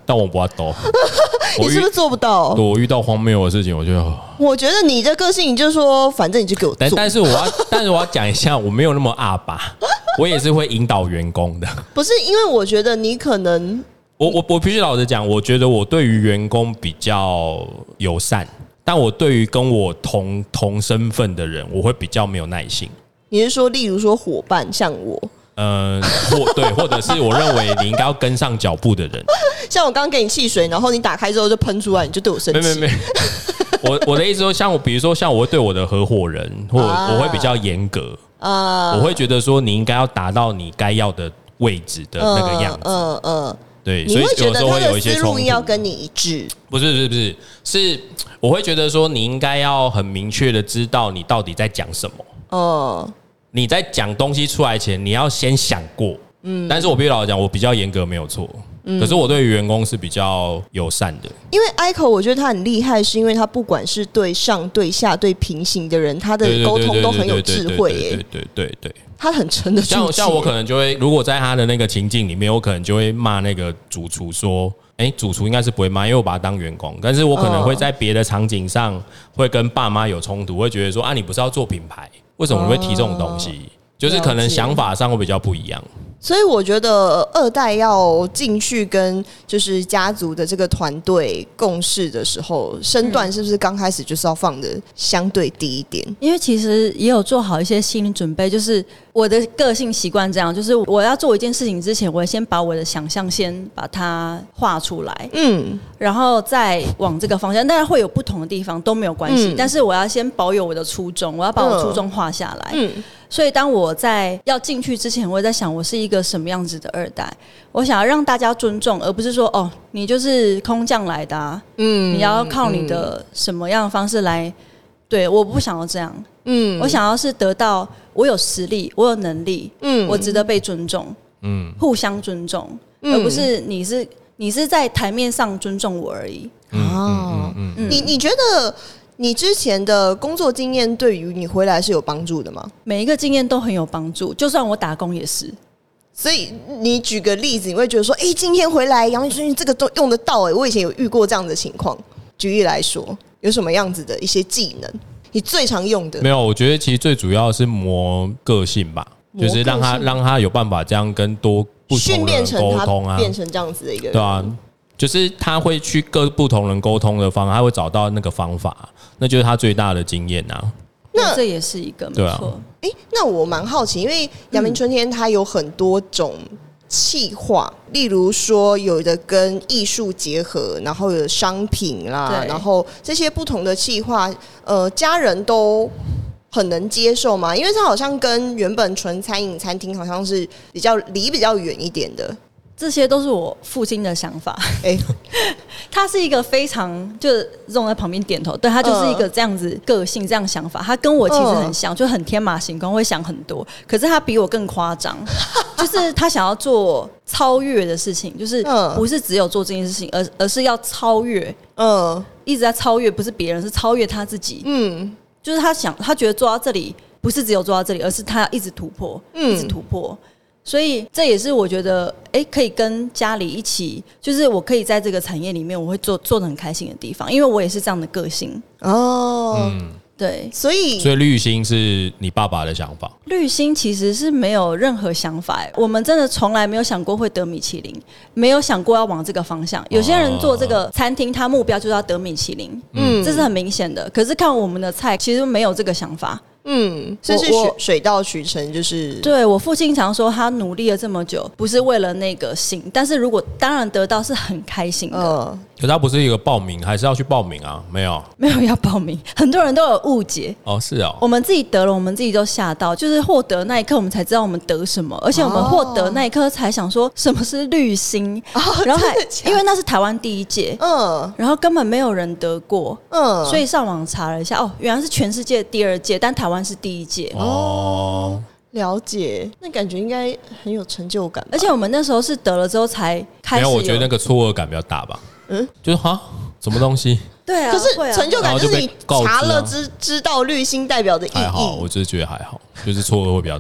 但我不要抖。 你是不是做不到？ 我遇到荒谬的事情，我就我觉得你的个性，你就说反正你就给我做。 但但是我要，但是我要讲一下，我没有那么阿爸，我也是会引导员工的。 不是因为我觉得你可能， 我我我必须老实讲，我觉得我对于员工比较友善，但我对于跟我同同身份的人，我会比较没有耐心。 你是说，例如说伙伴，像我？ 呃，或对，或者是我认为你应该要跟上脚步的人， 像我刚刚给你汽水，然后你打开之后就喷出来，你就对我生气。 没没没，我我的意思说，像我，比如说像我会对我的合伙人，或我会比较严格啊，我会觉得说你应该要达到你该要的位置的那个样子，嗯嗯，对，所以有时候会有一些冲突， 要跟你一致。 不是不是不是，是我会觉得说你应该要很明确的知道你到底在讲什么，嗯。你在讲东西出来前，你要先想过。嗯，但是我必须老实讲，我比较严格，没有错。嗯，可是我对于员工是比较友善的。 因为 Aiko 我觉得他很厉害，是因为他不管是对上、对下、对平行的人，他的沟通都很有智慧。耶， 对对对对， 他很沉得住气。 像像我可能就会，如果在他的那个情境里面，我可能就会骂那个主厨说。哎、欸，主厨应该是不会骂，因为我把他当员工。但是我可能会在别的场景上会跟爸妈有冲突，会觉得说啊，你不是要做品牌，为什么你会提这种东西？哦、就是可能想法上会比较不一样。 所以我觉得二代要进去跟就是家族的这个团队共事的时候，身段是不是刚开始就是要放的相对低一点？ 因为其实也有做好一些心理准备，就是我的个性习惯这样，就是我要做一件事情之前，我先把我的想象先把它画出来，嗯，然后再往这个方向。当然会有不同的地方都没有关系、嗯，但是我要先保有我的初衷，我要把我初衷画下来，嗯。嗯，所以当我在要进去之前，我也在想我是一个什么样子的二代，我想要让大家尊重，而不是说哦你就是空降来的、啊，嗯，你要靠你的什么样的方式来，对，我不想要这样，嗯，我想要是得到我有实力，我有能力，嗯，我值得被尊重，嗯，互相尊重，嗯、而不是你是你是在台面上尊重我而已。 哦，嗯嗯、你你觉得？你之前的工作经验对于你回来是有帮助的吗？ 每一个经验都很有帮助，就算我打工也是。 所以你举个例子，你会觉得说，哎、欸，今天回来，杨明轩这个都用得到哎、欸，我以前有遇过这样的情况。举例来说，有什么样子的一些技能，你最常用的？ 没有，我觉得其实最主要是磨个性吧，就是让他让他有办法这样跟多不同的人沟通啊， 变成这样子的一个人， 对啊。就是他会去跟不同人沟通的方法，他会找到那个方法，那就是他最大的经验啊。 那这也是一个没错。 哎、啊欸，那我蛮好奇，因为阳明春天它有很多种企划，例如说有的跟艺术结合，然后有商品啦，然后这些不同的企划，呃，家人都很能接受嘛？因为它好像跟原本纯餐饮餐厅好像是比较离比较远一点的。 这些都是我父亲的想法，哎、欸，他是一个非常就是容在旁边点头，对他就是一个这样子个性，这样想法，他跟我其实很像，就很天马行空，会想很多。可是他比我更夸张，就是他想要做超越的事情，就是不是只有做这件事情，而而是要超越，嗯，一直在超越，不是别人，是超越他自己，嗯，就是他想，他觉得做到这里不是只有做到这里，而是他要一直突破，一直突破。所以这也是我觉得，哎、欸，可以跟家里一起，就是我可以在这个产业里面，我会做做得很开心的地方，因为我也是这样的个性哦。嗯，对， 所以所以绿星是你爸爸的想法。 绿星其实是没有任何想法，我们真的从来没有想过会得米其林，没有想过要往这个方向。有些人做这个餐厅，他目标就是要得米其林，嗯，这是很明显的。可是看我们的菜，其实没有这个想法。 嗯，这是水到渠成，就是对我父亲常说，他努力了这么久，不是为了那个心，但是如果当然得到是很开心的。呃、 可是他不是一个报名，还是要去报名啊？没有， 没有要报名，很多人都有误解。 哦，是哦， 我们自己得了，我们自己都吓到，就是获得那一刻，我们才知道我们得什么，而且我们获得那一刻才想说什么是绿星，哦、然后还因为那是台湾第一届，嗯，然后根本没有人得过，嗯，所以上网查了一下，哦，原来是全世界第二届，但台湾是第一届。 哦，了解，那感觉应该很有成就感吧。 而且我们那时候是得了之后才开始有， 没有，我觉得那个错愕感比较大吧。嗯，就是哈，什么东西？ 对啊， 可是成就感就是你查了知知道绿星代表的意义。 还好，我只是觉得还好，就是错愕会比较大。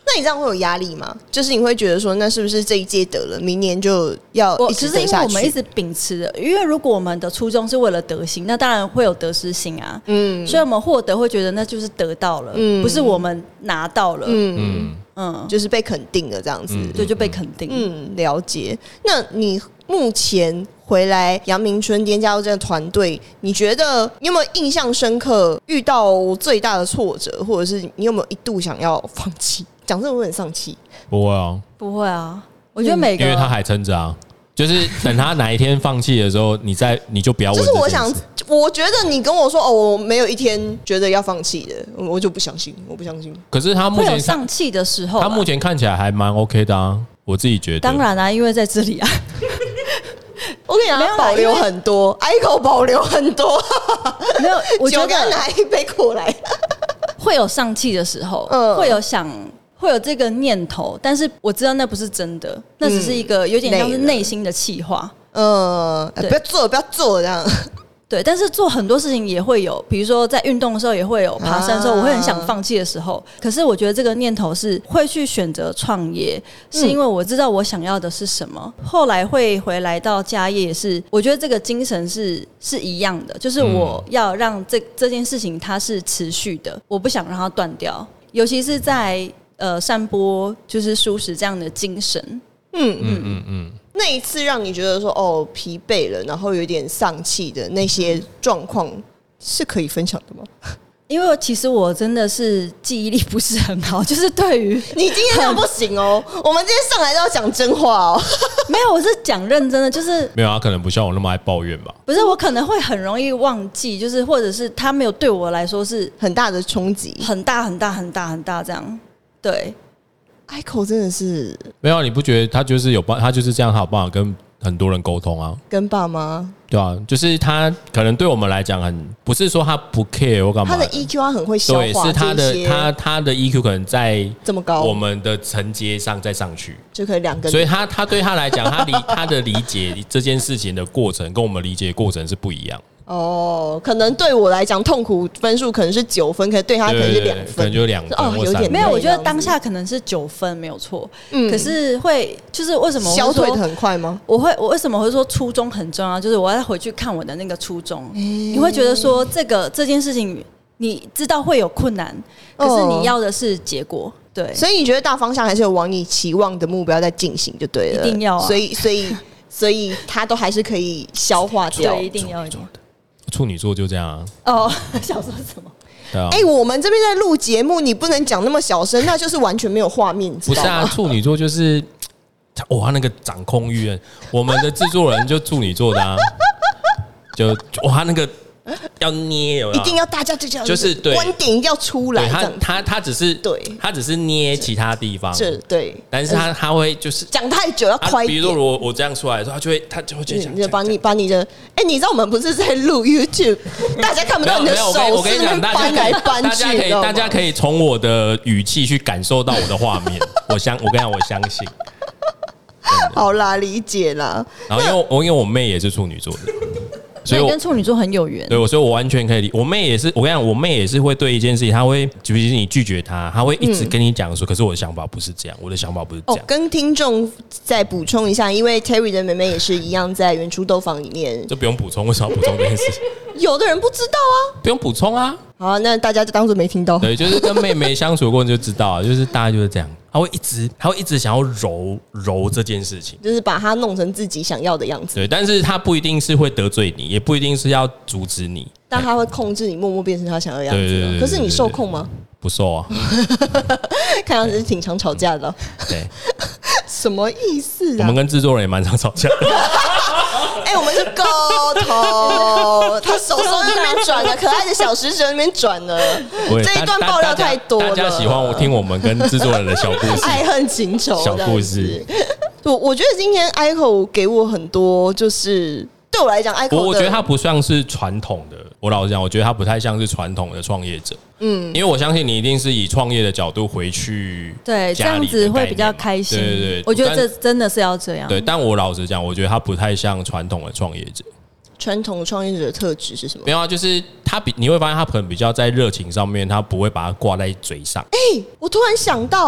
那你这样会有压力吗？就是你会觉得说，那是不是这一届得了，明年就要一直得下去？ 其实因为我们一直秉持的，因为如果我们的初衷是为了得心，那当然会有得失心啊。嗯，所以我们获得会觉得那就是得到了，嗯、不是我们拿到了。嗯嗯嗯，就是被肯定了这样子，嗯、对，就被肯定。嗯，了解。那你目前回来阳明春天加入这个团队，你觉得你有没有印象深刻遇到最大的挫折，或者是你有没有一度想要放弃？讲真的，我很丧气。 不会啊， 不会啊。我觉得每个， 因为他还撑着啊。就是等他哪一天放弃的时候，你再你就不要问。 就是我想，我觉得你跟我说哦，我没有一天觉得要放弃的，我就不相信，我不相信。 可是他目前会有丧气的时候， 他目前看起来还蛮 OK 的啊，我自己觉得。 当然啊，因为在这里啊。 我跟你讲，他保留很多，Aiko保留很多， 没有，我觉得拿一杯过来， 会有丧气的时候，嗯、会有想。会有这个念头，但是我知道那不是真的，那只是一个有点像是内心的气话。 嗯，不要做，不要做这样。 对，但是做很多事情也会有，比如说在运动的时候也会有，爬山的时候我会很想放弃的时候。可是我觉得这个念头是会去选择创业，是因为我知道我想要的是什么。后来会回来到家业，也是我觉得这个精神是是一样的，就是我要让这这件事情它是持续的，我不想让它断掉，尤其是在。呃，散播就是蔬食这样的精神，嗯嗯嗯嗯。那一次让你觉得说哦疲惫了，然后有点丧气的那些状况，是可以分享的吗？ 因为其实我真的是记忆力不是很好，就是对于你今天这样不行哦，我们今天上来都要讲真话哦。 没有，我是讲认真的，就是没有啊，可能不像我那么爱抱怨吧。 不是，我可能会很容易忘记，就是或者是他没有对我来说是很大的冲击， 很大很大很大很大这样。对 ，Aiko 真的是没有，你不觉得他就是有办，他就是这样，他有办法跟很多人沟通啊， 跟爸妈， 对啊，就是他可能对我们来讲很，不是说他不 care 我干嘛， 他的 E Q 他很会消化， 对，是他的他他的 E Q 可能在这么高， 我们的层阶上再上去， 就可以两个， 所以他他对他来讲，他理他的理解这件事情的过程跟我们理解的过程是不一样。 哦，可能对我来讲痛苦分数可能是九分，可是对他可能是两分， 可能就两分哦， 有点没有。我觉得当下可能是九分没有错，嗯，可是会就是为什么消退的很快吗？ 我会我为什么会说初衷很重要？就是我要回去看我的那个初衷，嗯、你会觉得说这个这件事情你知道会有困难，可是你要的是结果。对， 所以你觉得大方向还是有往你期望的目标在进行就对了， 一定要啊。 所以所以所以他都还是可以消化掉， 对，一定要一定。 处女座就这样啊！ 哦，想说什么？ 对啊， 哎、欸，我们这边在录节目，你不能讲那么小声，那就是完全没有画面， 不是啊？处女座就是哇，那个掌控欲，我们的制作人就处女座的啊，就哇那个。要捏有没有， 一定要大家就就是对观点一定要出来。 他他他只是对， 他只是捏其他地方， 是对， 但是他他会就是讲太久要快一点。 比如说我我这样出来的时候，他就会他就会讲， 就把你把你的哎，你知道我们不是在录 YouTube， 大家看不到你的手是搬来搬去， 大家可以大家可以从我的语气去感受到我的画面。我相我跟你讲，我相信。 好啦，理解啦。 然后因为我因为我妹也是处女座的。 所以跟处女座很有缘， 对，所以我完全可以理。我妹也是，我跟你讲，我妹也是会对一件事情，她会，尤其是你拒绝她，她会一直跟你讲说，嗯、可是我的想法不是这样，我的想法不是这样。 哦，跟听众再补充一下，因为 Terry 的妹妹也是一样，在原初豆坊里面， 就不用补充，为什么要补充这件事情？ 有的人不知道啊， 不用补充啊。 好，那大家就当作没听到。 对，就是跟妹妹相处的过程就知道，就是大概就是这样。他会一直，他会一直想要揉揉这件事情， 就是把它弄成自己想要的样子。 对，但是他不一定是会得罪你，也不一定是要阻止你， 但他会控制你，默默变成他想要的样子。对对对对对，可是你受控吗？ 不受啊。 看样子是挺常吵架的。 对。 什么意思啊？ 我们跟制作人也蛮常吵架的。 哎、欸，我们是沟通，他手手在那边转了，可爱的小石子在那边转了。这一段爆料太多了， 大家喜欢我听我们跟制作人的小故事， 爱恨情仇小故事。 我我觉得今天 Aiko 给我很多，就是对我来讲 ，Aiko 我我觉得他不像是传统的。我老实讲，我觉得他不太像是传统的创业者。嗯，因为我相信你一定是以创业的角度回去， 对，这样子会比较开心。 对对对， 我觉得这真的是要这样。 对，但我老实讲，我觉得他不太像传统的创业者。 传统创业者的特质是什么？ 没有啊，就是他比你会发现他可能比较在热情上面，他不会把它挂在嘴上。 哎、欸，我突然想到，他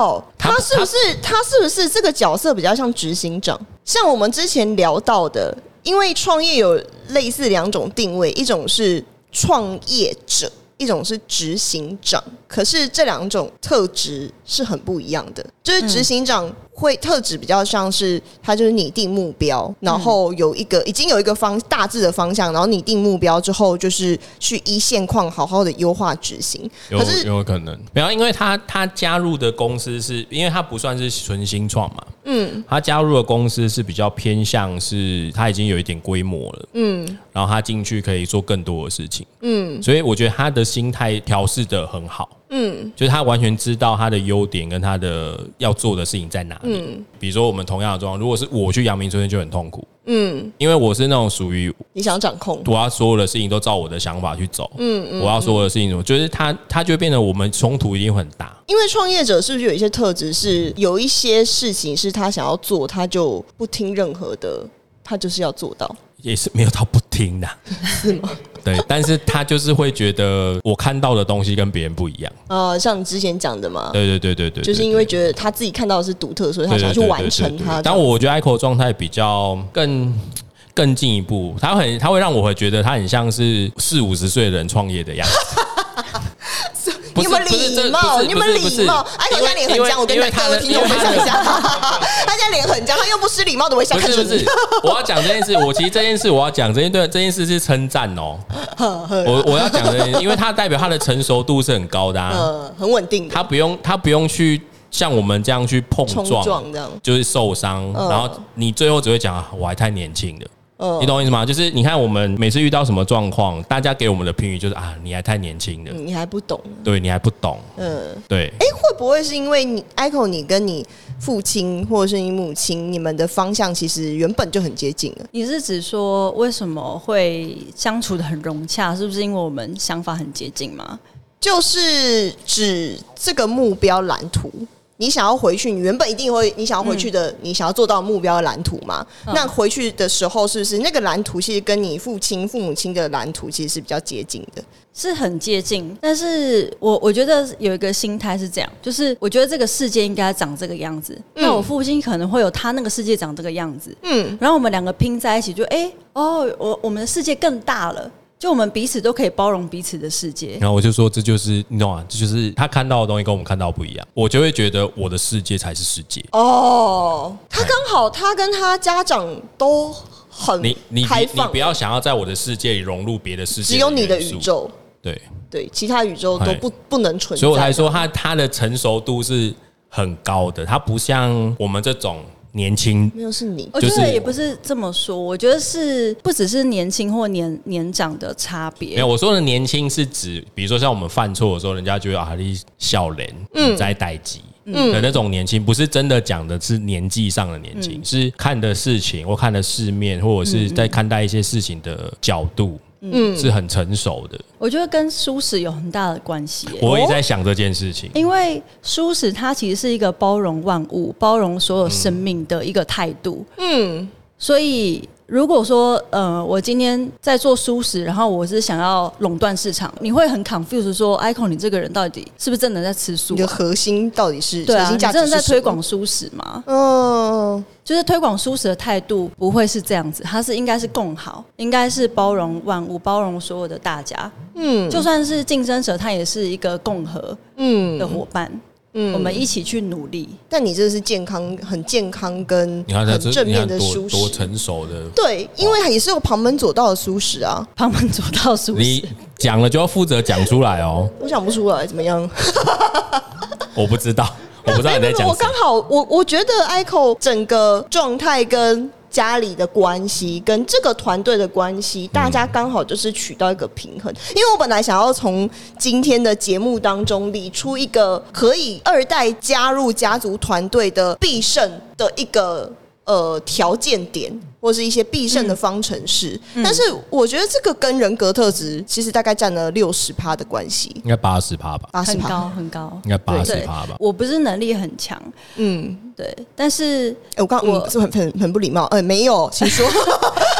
他是不是他是不是这个角色比较像执行长？像我们之前聊到的，因为创业有类似两种定位，一种是创业者，一种是执行长，可是这两种特质是很不一样的。就是执行长会特质比较像是他就是拟定目标，然后有一个已经有一个方大致的方向，然后拟定目标之后，就是去依现况好好的优化执行。 有可是有可能，没有，因为他他加入的公司是因为他不算是纯新创嘛，嗯，他加入的公司是比较偏向是他已经有一点规模了，嗯，然后他进去可以做更多的事情，嗯，所以我觉得他的心态调试得很好。嗯，就是他完全知道他的优点跟他的要做的事情在哪里。嗯，比如说我们同样的状况，如果是我去阳明春天就很痛苦。嗯，因为我是那种属于你想掌控， 我要所有的事情都照我的想法去走。嗯嗯，我要所有的事情，就是他他就会变得我们冲突一定很大。 因为创业者是不是有一些特质是有一些事情是他想要做，他就不听任何的，他就是要做到。 也是没有到不听的， 是吗？ 对，但是他就是会觉得我看到的东西跟别人不一样。 呃，像你之前讲的嘛， 对对对对对， 就是因为觉得他自己看到的是独特，所以他想要去完成它。 但我觉得 Aiko 状态比较更更进一步，他很他会让我会觉得他很像是四五十岁的人创业的样子。 你有没有礼貌？你有没有礼貌？哎，他现在脸很僵，我跟各位听众分享一下，他现在脸很僵，他又不失礼貌的微笑看着你。 不是不是，我要讲这件事，我其实这件事我要讲这件对这件事是称赞哦。我我要讲的，因为他代表他的成熟度是很高的，啊， 很稳定的， 他不用他不用去像我们这样去碰撞，就是受伤，然后你最后只会讲我还太年轻了。你懂我意思吗？就是你看我们每次遇到什么状况，大家给我们的评语就是啊，你还太年轻了， 你还不懂， 对你还不懂，嗯，对。 哎，会不会是因为你 Aiko 你跟你父亲或者是你母亲，你们的方向其实原本就很接近了？ 你是指说为什么会相处的很融洽？是不是因为我们想法很接近吗？ 就是指这个目标蓝图。你想要回去，你原本一定会，你想要回去的，嗯、你想要做到目标的蓝图嘛？嗯、那回去的时候，是不是那个蓝图其实跟你父亲、父母亲的蓝图其实是比较接近的？ 是很接近，但是我我觉得有一个心态是这样，就是我觉得这个世界应该长这个样子，嗯、那我父亲可能会有他那个世界长这个样子，嗯，然后我们两个拼在一起就，就、欸、哎哦，我我们的世界更大了。就我们彼此都可以包容彼此的世界， 然后我就说这就是你懂吗？这就是他看到的东西跟我们看到不一样，我就会觉得我的世界才是世界。 哦，他刚好他跟他家长都很你你开放， 你不要想要在我的世界里融入别的世界， 只有你的宇宙， 对对，其他宇宙都不不能存在。 所以我才说他他的成熟度是很高的，他不像我们这种。年轻没有是你， 我觉得也不是这么说，我觉得是不只是年轻或年年长的差别。 没有，我说的年轻是指，比如说像我们犯错的时候，人家觉得啊你少年，嗯，在代际的那种年轻，不是真的讲的是年纪上的年轻，嗯、是看的事情或看的世面，或者是在看待一些事情的角度。嗯，是很成熟的。 我觉得跟蔬食有很大的关系。 我也在想这件事情， 因为蔬食它其实是一个包容万物、包容所有生命的一个态度。嗯，所以如果说呃，我今天在做蔬食，然后我是想要垄断市场，你会很 confused 说 ，Aiko 你这个人到底是不是真的在吃素、啊？ 你的核心到底是？ 对啊， 核心价值是你真的在推广蔬食吗？嗯。就是推广蔬食的态度不会是这样子，它是应该是共好，应该是包容万物，包容所有的大家。嗯，就算是竞争者，他也是一个共和的伙伴。嗯，我们一起去努力。 但你这是健康，很健康跟很正面的蔬食， 多成熟的。 对，因为也是有旁门左道的蔬食啊， 旁门左道蔬食。 你讲了就要负责讲出来哦。 我讲不出来，怎么样？ 我不知道。我不知道你在讲什么。 我刚好，我我觉得 Aiko 整个状态跟家里的关系，跟这个团队的关系，大家刚好就是取到一个平衡。因为我本来想要从今天的节目当中理出一个可以二代加入家族团队的必胜的一个呃条件点。或是一些必胜的方程式，嗯、但是我觉得这个跟人格特质其实大概占了六十趴的关系， 应该八十趴吧， 八十趴很高很高， 应该八十趴吧。 我不是能力很强，嗯，对，但是欸、我刚我是很很很不礼貌，呃、欸，没有，请说。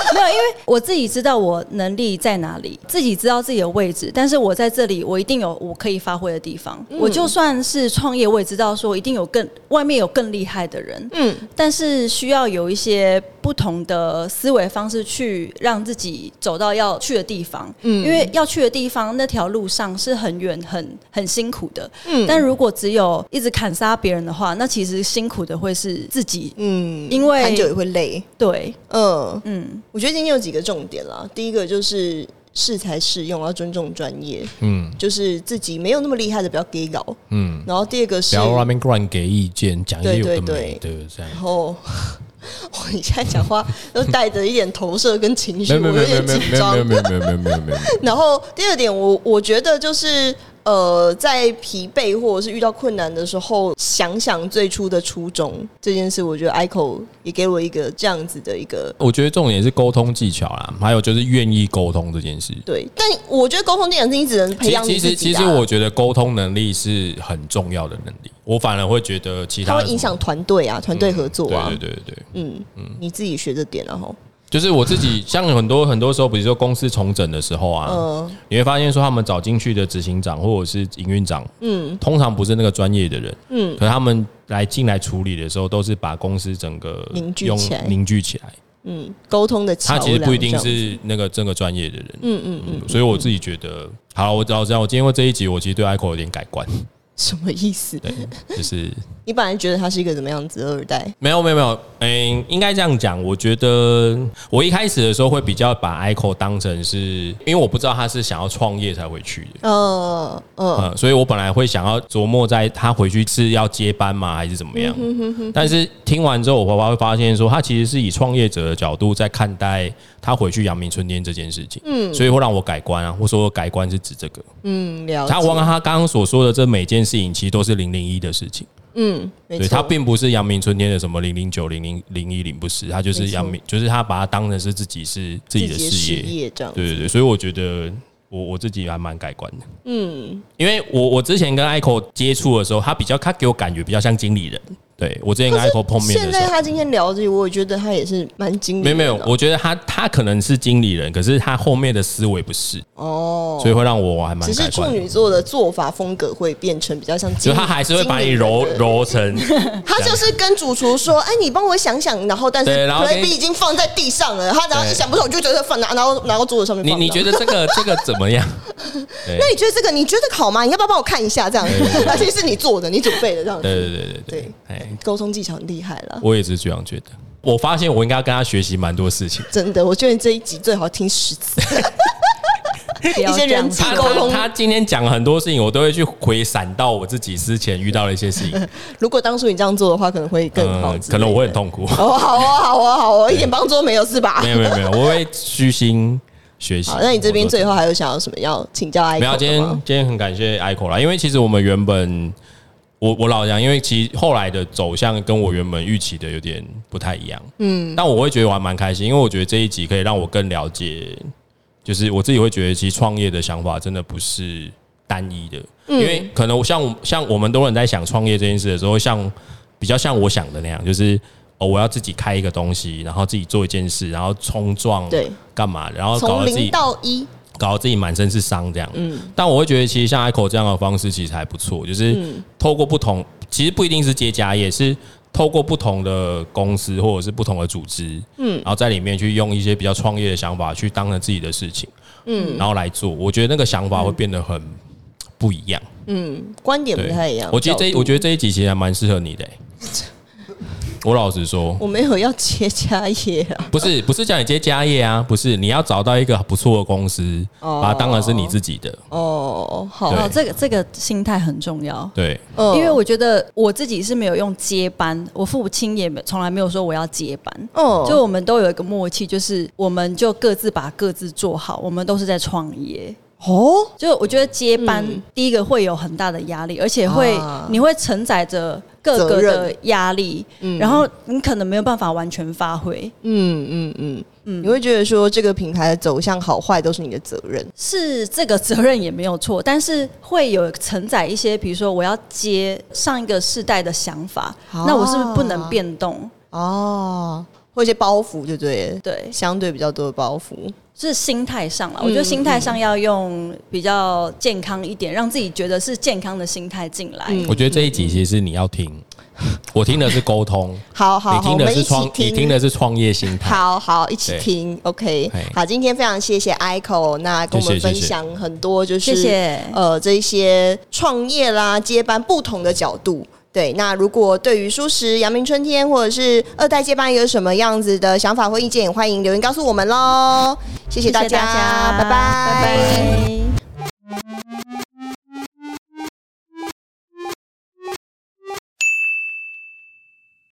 没有，因为我自己知道我能力在哪里，自己知道自己的位置，但是我在这里，我一定有我可以发挥的地方。嗯、我就算是创业，我也知道说一定有更外面有更厉害的人，嗯，但是需要有一些不同的思维方式去让自己走到要去的地方，嗯，因为要去的地方那条路上是很远、很很辛苦的，嗯，但如果只有一直砍杀别人的话，那其实辛苦的会是自己，嗯，因为看久也会累， 对， 嗯嗯，我觉得今天有几个重点啦，第一个就是适才适用，要尊重专业，嗯，就是自己没有那么厉害的不要给搞，嗯，然后第二个是不要乱乱给意见，讲一些有的没的这样， 然后。我你现在讲话都带着一点投射跟情绪，我有点紧张。 没有没有没有没有没有没有。 然后第二点，我我觉得就是呃，在疲惫或者是遇到困难的时候，想想最初的初衷这件事，我觉得 Aiko 也给我一个这样子的一个。 我觉得重点是沟通技巧啦，还有就是愿意沟通这件事。 对，但我觉得沟通这件事你只能培养你自己、啊。 其实其实我觉得沟通能力是很重要的能力。我反而会觉得其他它会影响团队啊，团队合作啊。 对对对对， 嗯嗯，你自己学着点然后。 就是我自己，像很多很多时候，比如说公司重整的时候啊，嗯、你会发现说他们找进去的执行长或者是营运长，嗯，通常不是那个专业的人，嗯，可是他们来进来处理的时候，都是把公司整个凝聚起来， 凝聚起来， 嗯，沟通的桥梁， 他其实不一定是那个这个专业的人，嗯嗯嗯，所以我自己觉得，好了，我知道这样，我今天为这一集，我其实对 Aiko 有点改观。 什么意思？ 对，就是你本来觉得他是一个怎么样子的二代？ 没有没有没有，嗯，应该这样讲。我觉得我一开始的时候会比较把 Aiko 当成是，因为我不知道他是想要创业才回去的，嗯嗯，所以我本来会想要琢磨在他回去是要接班吗，还是怎么样？嗯、哼哼哼，但是听完之后，我爸爸会发现说，他其实是以创业者的角度在看待他回去阳明春天这件事情，嗯，所以会让我改观啊，或说改观是指这个，嗯，了解。他忘了他刚刚所说的这每件事情，其实都是零零一的事情。嗯，对，他并不是阳明春天的什么零零九、零零零一零，不是，他就是阳明，就是他把它当成是自己是自己的事业， 业这样。 对对对，所以我觉得我我自己还蛮改观的。嗯，因为我我之前跟 Aiko 接触的时候，他比较他给我感觉比较像经理人。对，我之前跟 Aiko 碰面的时候， 现在他今天聊这，我也觉得他也是蛮经理人的。 没有没有，我觉得他他可能是经理人，可是他后面的思维不是哦，所以会让我还蛮改观的。 只是处女座的做法风格会变成比较像经理人， 就他还是会把你揉揉成， 他就是跟主厨说：“哎，你帮我想想。”然后但是 Play B 已经放在地上了，他只要一想不透，就觉得放拿拿到拿到桌子上面放。 你你觉得这个这个怎么样？ 那你觉得这个你觉得好吗？你要不要帮我看一下？这样，而且是你做的，你准备的这样子。 对对对对对， 对，沟通技巧很厉害了。 我也是这样觉得。我发现我应该要跟他学习蛮多事情。 真的，我觉得这一集最好听十次。一些人际沟通， 他今天讲很多事情，我都会去回闪到我自己之前遇到的一些事情。 如果当初你这样做的话，可能会更好、嗯。 可能我会很痛苦。 哦，好啊，好啊，好啊，一点帮助都没有是吧？ 没有，没有，没有，我会虚心学习。 好，那你这边最后还有想要什么要请教 Aiko 没有，今天今天很感谢 Aiko 啦，因为其实我们原本我我老讲，因为其实后来的走向跟我原本预期的有点不太一样。嗯，但我会觉得我还蛮开心，因为我觉得这一集可以让我更了解。就是我自己会觉得，其实创业的想法真的不是单一的，嗯、因为可能像像我们多人在想创业这件事的时候，像比较像我想的那样，就是哦，我要自己开一个东西，然后自己做一件事，然后冲撞，对，干嘛，然后搞得自己从零到一， 搞得自己满身是伤这样。嗯，但我会觉得，其实像 Aiko 这样的方式其实还不错，就是透过不同，其实不一定是接家业，是透过不同的公司或者是不同的组织，嗯，然后在里面去用一些比较创业的想法去当成自己的事情，嗯，然后来做，我觉得那个想法会变得很不一样，嗯， 观点不太一样。 我觉得这我觉得这一集其实还蛮适合你的、欸。我老实说， 我没有要接家业啊， 不是不是叫你接家业啊，不是，你要找到一个不错的公司，哦、把它当然是你自己的。 哦，好， 哦、这个这个心态很重要。 对， 嗯、因为我觉得我自己是没有用接班，我父亲也从来没有说我要接班。哦，就我们都有一个默契，就是我们就各自把各自做好，我们都是在创业。哦，就我觉得接班、嗯、第一个会有很大的压力，而且会、啊、你会承载着各个的压力，嗯、然后你可能没有办法完全发挥。嗯嗯嗯嗯，你会觉得说这个品牌的走向好坏都是你的责任， 是这个责任也没有错，但是会有承载一些，比如说我要接上一个世代的想法，啊、那我是不是不能变动？ 哦。 或一些包袱，就对对， 相对比较多的包袱。 是心态上了，我觉得心态上要用比较健康一点，让自己觉得是健康的心态进来。 我觉得这一集其实是你要听，我听的是沟通， 好好好， 你听的是创，你听的是创业心态。 好好，一起听 ，OK。好，今天非常谢谢 Aiko， 那跟我们分享很多就是谢谢呃这一些创业啦、接班不同的角度。对，那如果对于蔬食、阳明春天或者是二代接班有什么样子的想法或意见，也欢迎留言告诉我们喽。谢谢大家， 谢谢大家， 拜拜。 拜拜。